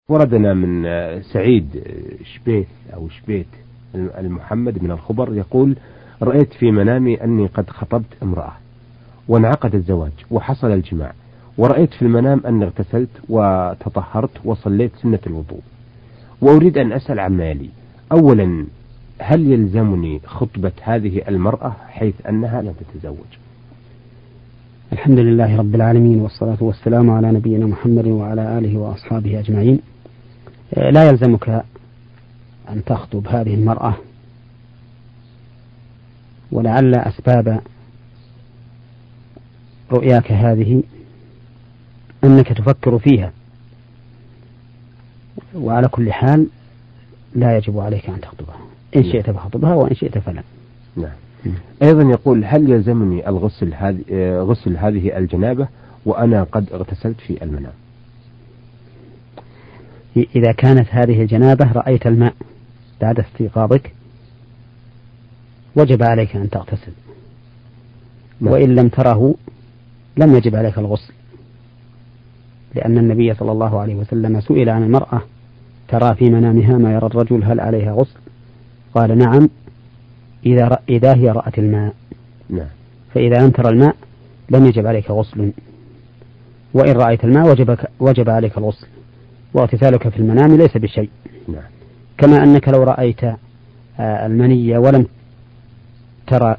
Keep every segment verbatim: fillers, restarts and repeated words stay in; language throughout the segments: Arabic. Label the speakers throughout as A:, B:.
A: وردنا من سعيد شبيث أو شبيت المحمد من الخبر يقول: رأيت في منامي أني قد خطبت امرأة وانعقد الزواج وحصل الجماع، ورأيت في المنام أني اغتسلت وتطهرت وصليت سنة الوضوء، وأريد أن أسأل عما يلي: أولا، هل يلزمني خطبة هذه المرأة حيث أنها لم تتزوج؟
B: الحمد لله رب العالمين، والصلاة والسلام على نبينا محمد وعلى آله وأصحابه أجمعين. لا يلزمك أن تخطب هذه المرأة، ولعل أسباب رؤياك هذه أنك تفكر فيها، وعلى كل حال لا يجب عليك أن تخطبها، إن شئت فخطبها وإن شئت فلا.
A: نعم. أيضا يقول: هل يلزمني الغسل هذه غسل هذه الجنابة وأنا قد اغتسلت في المنام؟
B: إذا كانت هذه الجنابة رأيت الماء بعد استيقاظك وجب عليك أن تغتسل، نعم. وإن لم تره لم يجب عليك الغسل، لأن النبي صلى الله عليه وسلم سئل عن المرأة ترى في منامها ما يرى الرجل هل عليها غسل؟ قال: نعم، إذا, رأ... إذا هي رأت الماء.
A: نعم.
B: فإذا لم ترى الماء لم يجب عليك غسل، وإن رأيت الماء وجب, وجب عليك الغسل، واغتسالك في المنام ليس بشيء.
A: نعم.
B: كما أنك لو رأيت المني ولم ترى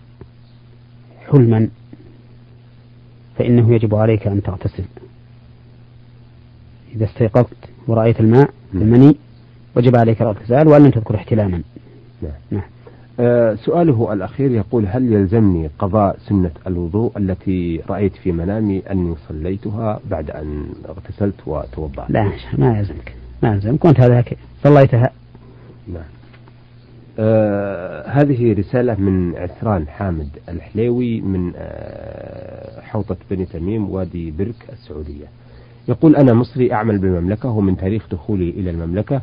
B: حلما فإنه يجب عليك أن تغتسل. إذا استيقظت ورأيت الماء المني وجب عليك الاغتسال وأن تذكر احتلاما.
A: نعم. نعم. أه سؤاله الأخير يقول: هل يلزمني قضاء سنة الوضوء التي رأيت في منامي أني صليتها بعد أن اغتسلت وتوضأت؟
B: لا، ما يلزمك، ما يلزمك، كنت هذا صليتها.
A: نعم. أه هذه رسالة من عثران حامد الحليوي من أه حوطة بني تميم وادي برك السعودية. يقول: أنا مصري أعمل بالمملكة، ومن تاريخ دخولي إلى المملكة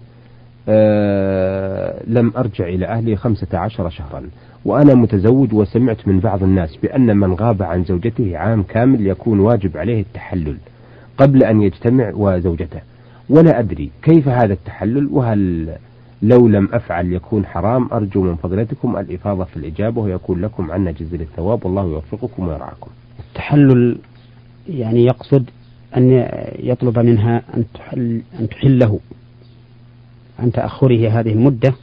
A: أه لم أرجع إلى أهلي خمسة عشر شهرا، وأنا متزوج، وسمعت من بعض الناس بأن من غاب عن زوجته عام كامل يكون واجب عليه التحلل قبل أن يجتمع وزوجته، ولا أدري كيف هذا التحلل، وهل لو لم أفعل يكون حرام؟ أرجو من فضلتكم الإفاضة في الإجابة، ويكون لكم عنا جزيل الثواب، والله يوفقكم ويرعاكم.
B: التحلل يعني يقصد أن يطلب منها أن تحل أن تحله عن تأخره هذه المدة.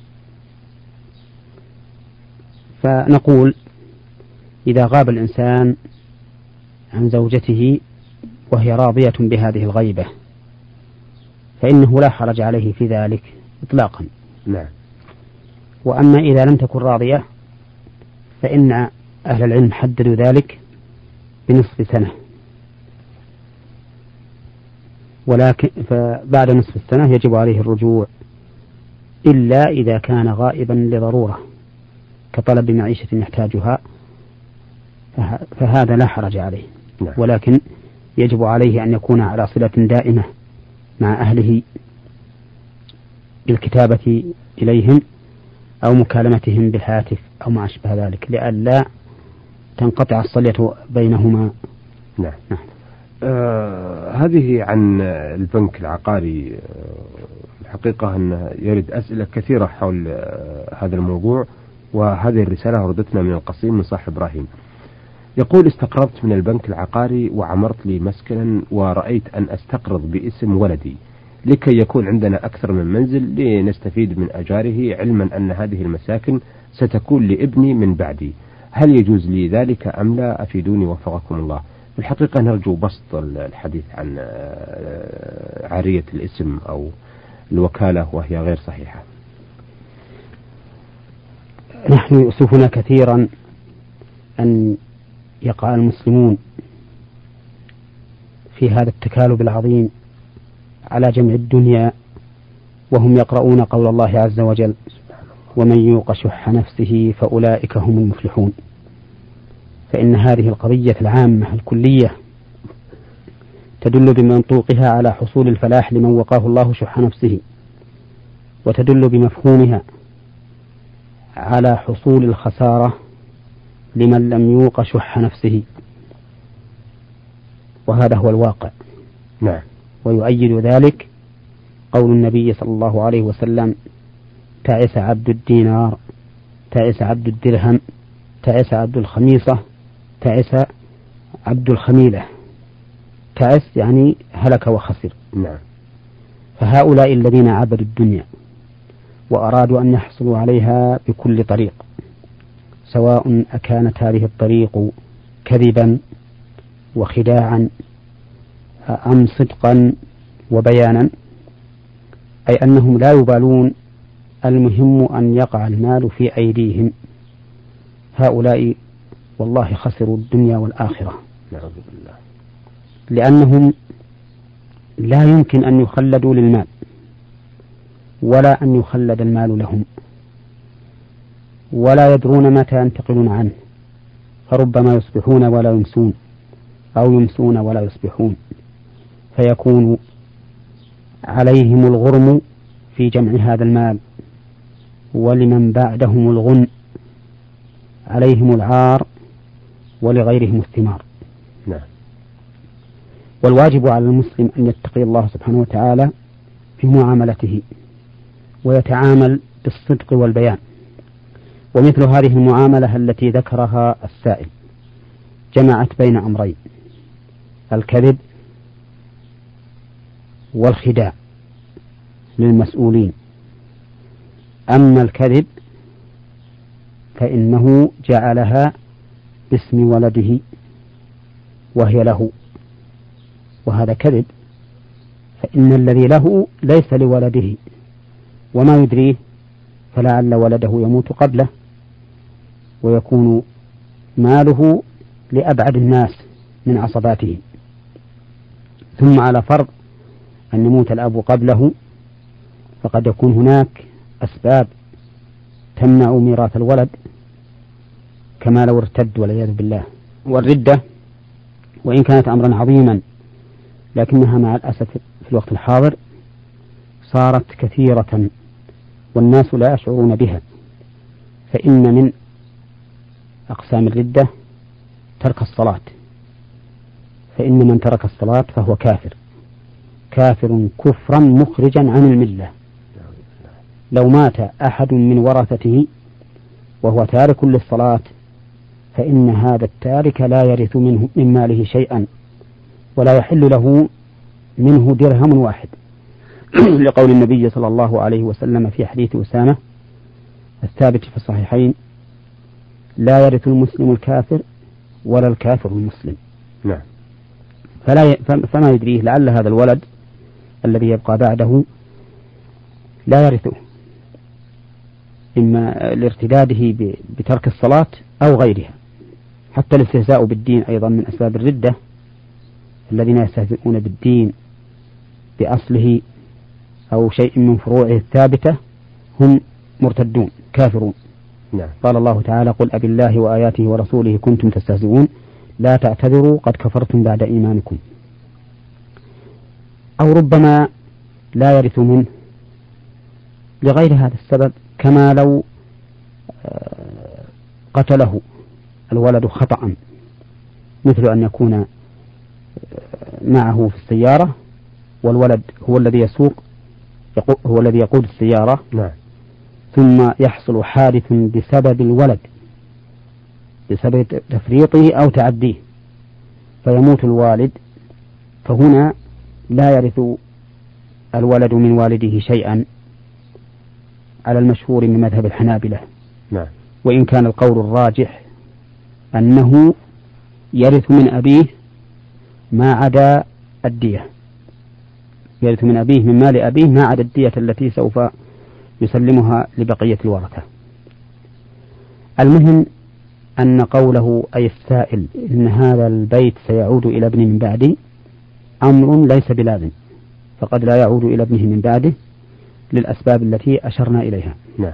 B: فنقول: إذا غاب الإنسان عن زوجته وهي راضية بهذه الغيبة فإنه لا حرج عليه في ذلك إطلاقا.
A: نعم.
B: وأما إذا لم تكن راضية فإن أهل العلم حددوا ذلك بنصف سنة، ولكن فبعد نصف السنة يجب عليه الرجوع، إلا إذا كان غائبا لضرورة كطلب معيشة يحتاجها فهذا لا حرج عليه.
A: نعم.
B: ولكن يجب عليه أن يكون على صلة دائمة مع أهله بالكتابة إليهم أو مكالمتهم بالهاتف أو ما أشبه ذلك، لئلا تنقطع الصلة بينهما.
A: نعم. نعم. آه هذه عن البنك العقاري. آه الحقيقة أن يرد أسئلة كثيرة حول آه هذا الموضوع، وهذه الرسالة وردتنا من القصيم من صاحب إبراهيم. يقول: استقرضت من البنك العقاري وعمرت لي مسكنا، ورأيت أن أستقرض باسم ولدي لكي يكون عندنا أكثر من منزل لنستفيد من أجاره، علما أن هذه المساكن ستكون لابني من بعدي. هل يجوز لي ذلك أم لا؟ أفيدوني وفقكم الله. في الحقيقة نرجو بسط الحديث عن عارية الاسم أو الوكالة وهي غير صحيحة.
B: نحن يؤسفنا كثيرا أن يقع المسلمون في هذا التكالب العظيم على جمع الدنيا وهم يقرؤون قول الله عز وجل: ومن يوق شح نفسه فأولئك هم المفلحون. فإن هذه القضية العامة الكلية تدل بمنطوقها على حصول الفلاح لمن وقاه الله شح نفسه، وتدل بمفهومها على حصول الخسارة لمن لم يوق شح نفسه، وهذا هو الواقع.
A: نعم.
B: ويؤيد ذلك قول النبي صلى الله عليه وسلم: تعس عبد الدينار، تعس عبد الدرهم، تعس عبد الخميصة، تعس عبد الخميلة. تعس يعني هلك وخسر.
A: نعم.
B: فهؤلاء الذين عبدوا الدنيا وأرادوا أن يحصلوا عليها بكل طريق، سواء أكانت هذه الطريق كذبا وخداعا أم صدقا وبيانا، أي أنهم لا يبالون، المهم أن يقع المال في أيديهم. هؤلاء والله خسروا الدنيا والآخرة،
A: نعوذ بالله.
B: لأنهم لا يمكن أن يخلدوا للمال ولا أن يخلد المال لهم، ولا يدرون متى ينتقلون عنه، فربما يصبحون ولا يمسون، أو يمسون ولا يصبحون، فيكون عليهم الغرم في جمع هذا المال، ولمن بعدهم الغن، عليهم العار ولغيرهم الثمار.
A: نعم.
B: والواجب على المسلم أن يتقي الله سبحانه وتعالى في معاملته، ويتعامل بالصدق والبيان. ومثل هذه المعاملة التي ذكرها السائل جمعت بين أمرين: الكذب والخداع للمسؤولين. أما الكذب فإنه جعلها باسم ولده وهي له، وهذا كذب، فإن الذي له ليس لولده، وما يدريه فلعل ولده يموت قبله ويكون ماله لأبعد الناس من عصباته. ثم على فرض أن يموت الأب قبله، فقد يكون هناك أسباب تمنع ميراث الولد، كما لو ارتد والعياذ بالله. والردة وإن كانت أمرا عظيما لكنها مع الأسف في الوقت الحاضر صارت كثيرة والناس لا يشعرون بها. فإن من أقسام الردة ترك الصلاة، فإن من ترك الصلاة فهو كافر، كافر كفرا مخرجا عن الملة. لو مات أحد من ورثته وهو تارك للصلاة فإن هذا التارك لا يرث منه من ماله شيئا، ولا يحل له منه درهم واحد، لقول النبي صلى الله عليه وسلم في حديث أسامة الثابت في الصحيحين: لا يرث المسلم الكافر ولا الكافر المسلم.
A: نعم.
B: فلا ي... فما يدريه، لعل هذا الولد الذي يبقى بعده لا يرثه، إما لارتداده ب... بترك الصلاة أو غيرها. حتى الاستهزاء بالدين أيضا من أسباب الردة، الذين يستهزئون بالدين بأصله أو شيء من فروعه الثابتة هم مرتدون كافرون.
A: نعم.
B: قال الله تعالى: قل أبي الله وآياته ورسوله كنتم تستهزئون لا تعتذروا قد كفرتم بعد إيمانكم. أو ربما لا يرث منه لغير هذا السبب، كما لو قتله الولد خطأ، مثل أن يكون معه في السيارة والولد هو الذي يسوق، هو الذي يقود السيارة.
A: نعم.
B: ثم يحصل حادث بسبب الولد، بسبب تفريطه أو تعديه، فيموت الوالد، فهنا لا يرث الولد من والده شيئا على المشهور من مذهب الحنابلة.
A: نعم.
B: وإن كان القول الراجح أنه يرث من أبيه ما عدا الدية، يرث من أبيه من مال أبيه ما عدا الدية التي سوف يسلمها لبقية الورثة. المهم أن قوله أي السائل إن هذا البيت سيعود إلى ابني من بعدي أمر ليس بلازم، فقد لا يعود إلى ابنه من بعده للأسباب التي أشرنا إليها.
A: نعم.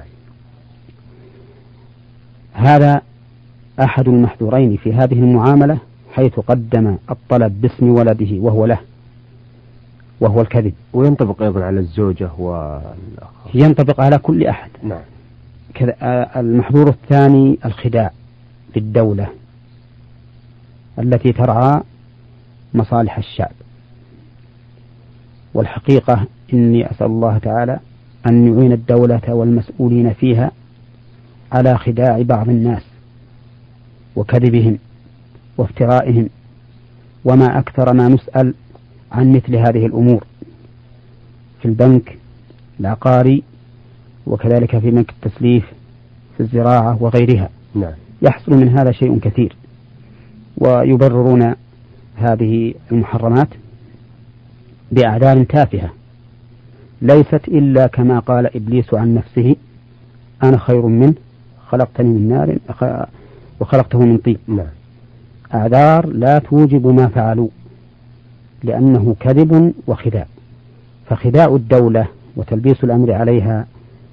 B: هذا أحد المحذورين في هذه المعاملة، حيث قدم الطلب باسم ولده وهو له، وهو الكذب.
A: وينطبق أيضا على الزوجة والأخ،
B: ينطبق على كل أحد.
A: نعم.
B: كذا. المحظور الثاني الخداع بالدولة التي ترعى مصالح الشعب، والحقيقة إني أسأل الله تعالى أن يعين الدولة والمسؤولين فيها على خداع بعض الناس وكذبهم وافترائهم، وما أكثر ما نسأل عن مثل هذه الأمور في البنك العقاري وكذلك في بنك التسليف في الزراعة وغيرها.
A: نعم.
B: يحصل من هذا شيء كثير، ويبررون هذه المحرمات بأعذار تافهة ليست إلا كما قال إبليس عن نفسه: أنا خير منه خلقتني من نار وخلقته من طين.
A: نعم.
B: أعذار لا توجب ما فعلوا، لأنه كذب وخداع. فخداع الدولة وتلبيس الأمر عليها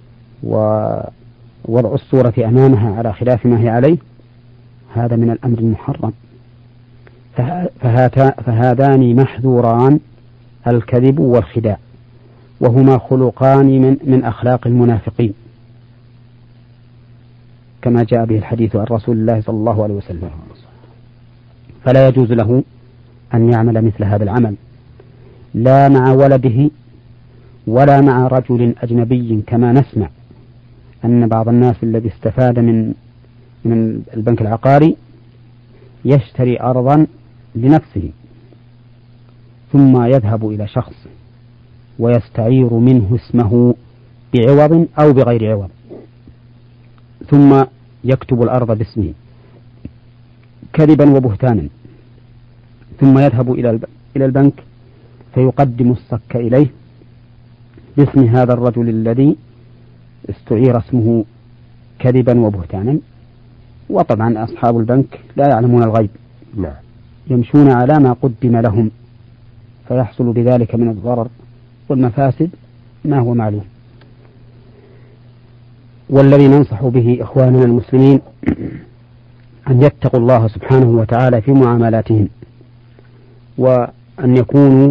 B: ووضع الصورة أمامها على خلاف ما هي عليه هذا من الأمر المحرم. فهذان محذوران، الكذب والخداع، وهما خلقان من, من أخلاق المنافقين كما جاء به الحديث عن رسول الله صلى الله عليه وسلم. فلا يجوز له أن يعمل مثل هذا العمل لا مع ولده ولا مع رجل أجنبي، كما نسمع أن بعض الناس الذي استفاد من من البنك العقاري يشتري أرضا لنفسه ثم يذهب إلى شخص ويستعير منه اسمه بعوض أو بغير عوض، ثم يكتب الأرض باسمه كذبا وبهتانا، ثم يذهب إلى البنك فيقدم الصك إليه باسم هذا الرجل الذي استعير اسمه كذبا وبهتانا. وطبعا أصحاب البنك لا يعلمون الغيب،
A: نعم،
B: يمشون على ما قدم لهم، فيحصل بذلك من الضرر والمفاسد ما هو معلوم. والذي ننصح به إخواننا المسلمين أن يتقوا الله سبحانه وتعالى في معاملاتهم، وأن يكونوا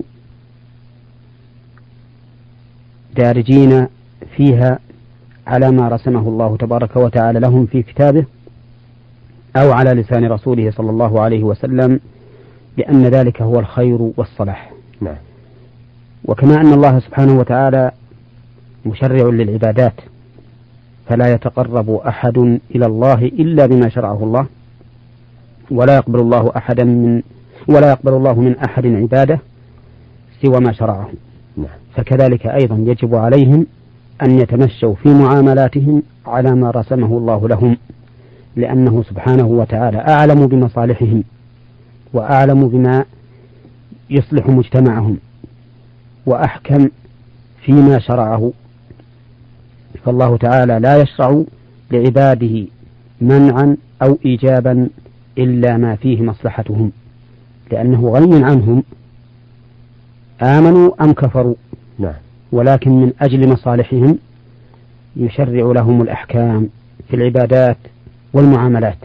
B: دارجين فيها على ما رسمه الله تبارك وتعالى لهم في كتابه أو على لسان رسوله صلى الله عليه وسلم، لأن ذلك هو الخير والصلاح.
A: نعم.
B: وكما أن الله سبحانه وتعالى مشرع للعبادات، فلا يتقرب أحد إلى الله إلا بما شرعه الله، ولا يقبل الله أحدا من ولا يقبل الله من أحد عبادة سوى ما شرعه.
A: نعم.
B: فكذلك أيضا يجب عليهم أن يتمشوا في معاملاتهم على ما رسمه الله لهم، لأنه سبحانه وتعالى أعلم بمصالحهم وأعلم بما يصلح مجتمعهم وأحكم فيما شرعه. فالله تعالى لا يشرع لعباده منعا أو إيجابا إلا ما فيه مصلحتهم، لأنه غني عنهم آمنوا أم كفروا.
A: نعم.
B: ولكن من أجل مصالحهم يشرع لهم الأحكام في العبادات والمعاملات،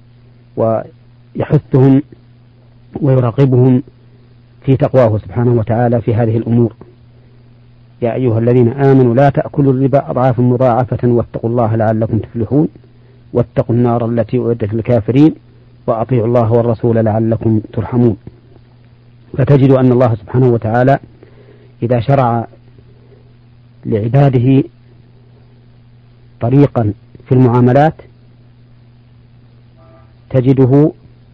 B: ويحثهم ويرغبهم في تقواه سبحانه وتعالى في هذه الأمور. يا أيها الذين آمنوا لا تأكلوا الربا أضعافا مضاعفة واتقوا الله لعلكم تفلحون واتقوا النار التي أعدت للكافرين وأطيعوا الله والرسول لعلكم ترحمون. فتجد أن الله سبحانه وتعالى إذا شرع لعباده طريقا في المعاملات تجده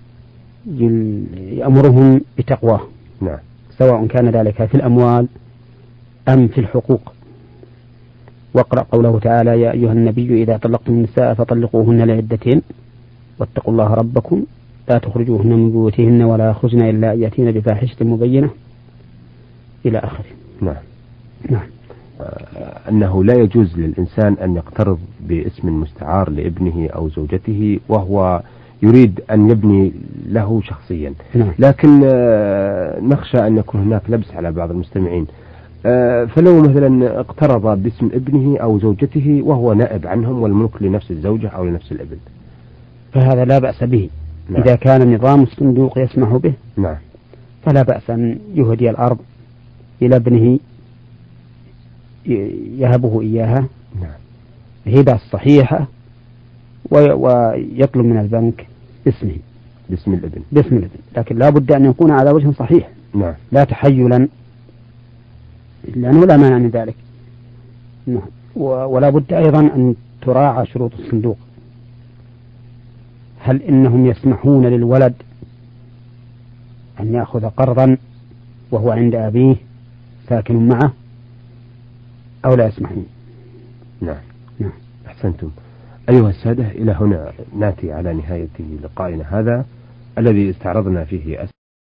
B: يأمرهم بتقواه.
A: نعم.
B: سواء كان ذلك في الأموال أم في الحقوق. واقرأ قوله تعالى: يا أيها النبي إذا طلقتم النساء فطلقوهن لعدتهن واتقوا الله ربكم لا تخرجوهن من بيوتهن ولا يخرجن إلا أن يأتين بفاحشة مبينة إلى آخره.
A: نعم.
B: نعم.
A: أنه لا يجوز للإنسان أن يقترض باسم مستعار لابنه أو زوجته وهو يريد أن يبني له شخصيا.
B: نعم.
A: لكن نخشى أن يكون هناك لبس على بعض المستمعين، فلو مثلا اقترض باسم ابنه أو زوجته وهو نائب عنهم والملك لنفس الزوجة أو لنفس الابن،
B: فهذا لا بأس به.
A: نعم.
B: إذا كان نظام الصندوق يسمح به،
A: نعم،
B: فلا بأس أن يهدي الأرض إلى ابنه يهبه إياها،
A: نعم،
B: هبة صحيحة، ويطلب من البنك اسمه
A: باسم الابن
B: باسم الابن، لكن لا بد أن يكون على وجه صحيح.
A: نعم.
B: لا تحيلا لأنه لا مانع من ذلك. ولا بد أيضا أن تراعى شروط الصندوق. هل إنهم يسمحون للولد أن يأخذ قرضا وهو عند أبيه ساكن معه أو لا يسمحون؟
A: نعم.
B: نعم.
A: أحسنتم. أيها السادة، إلى هنا نأتي على نهاية لقائنا هذا الذي استعرضنا فيه أسئلة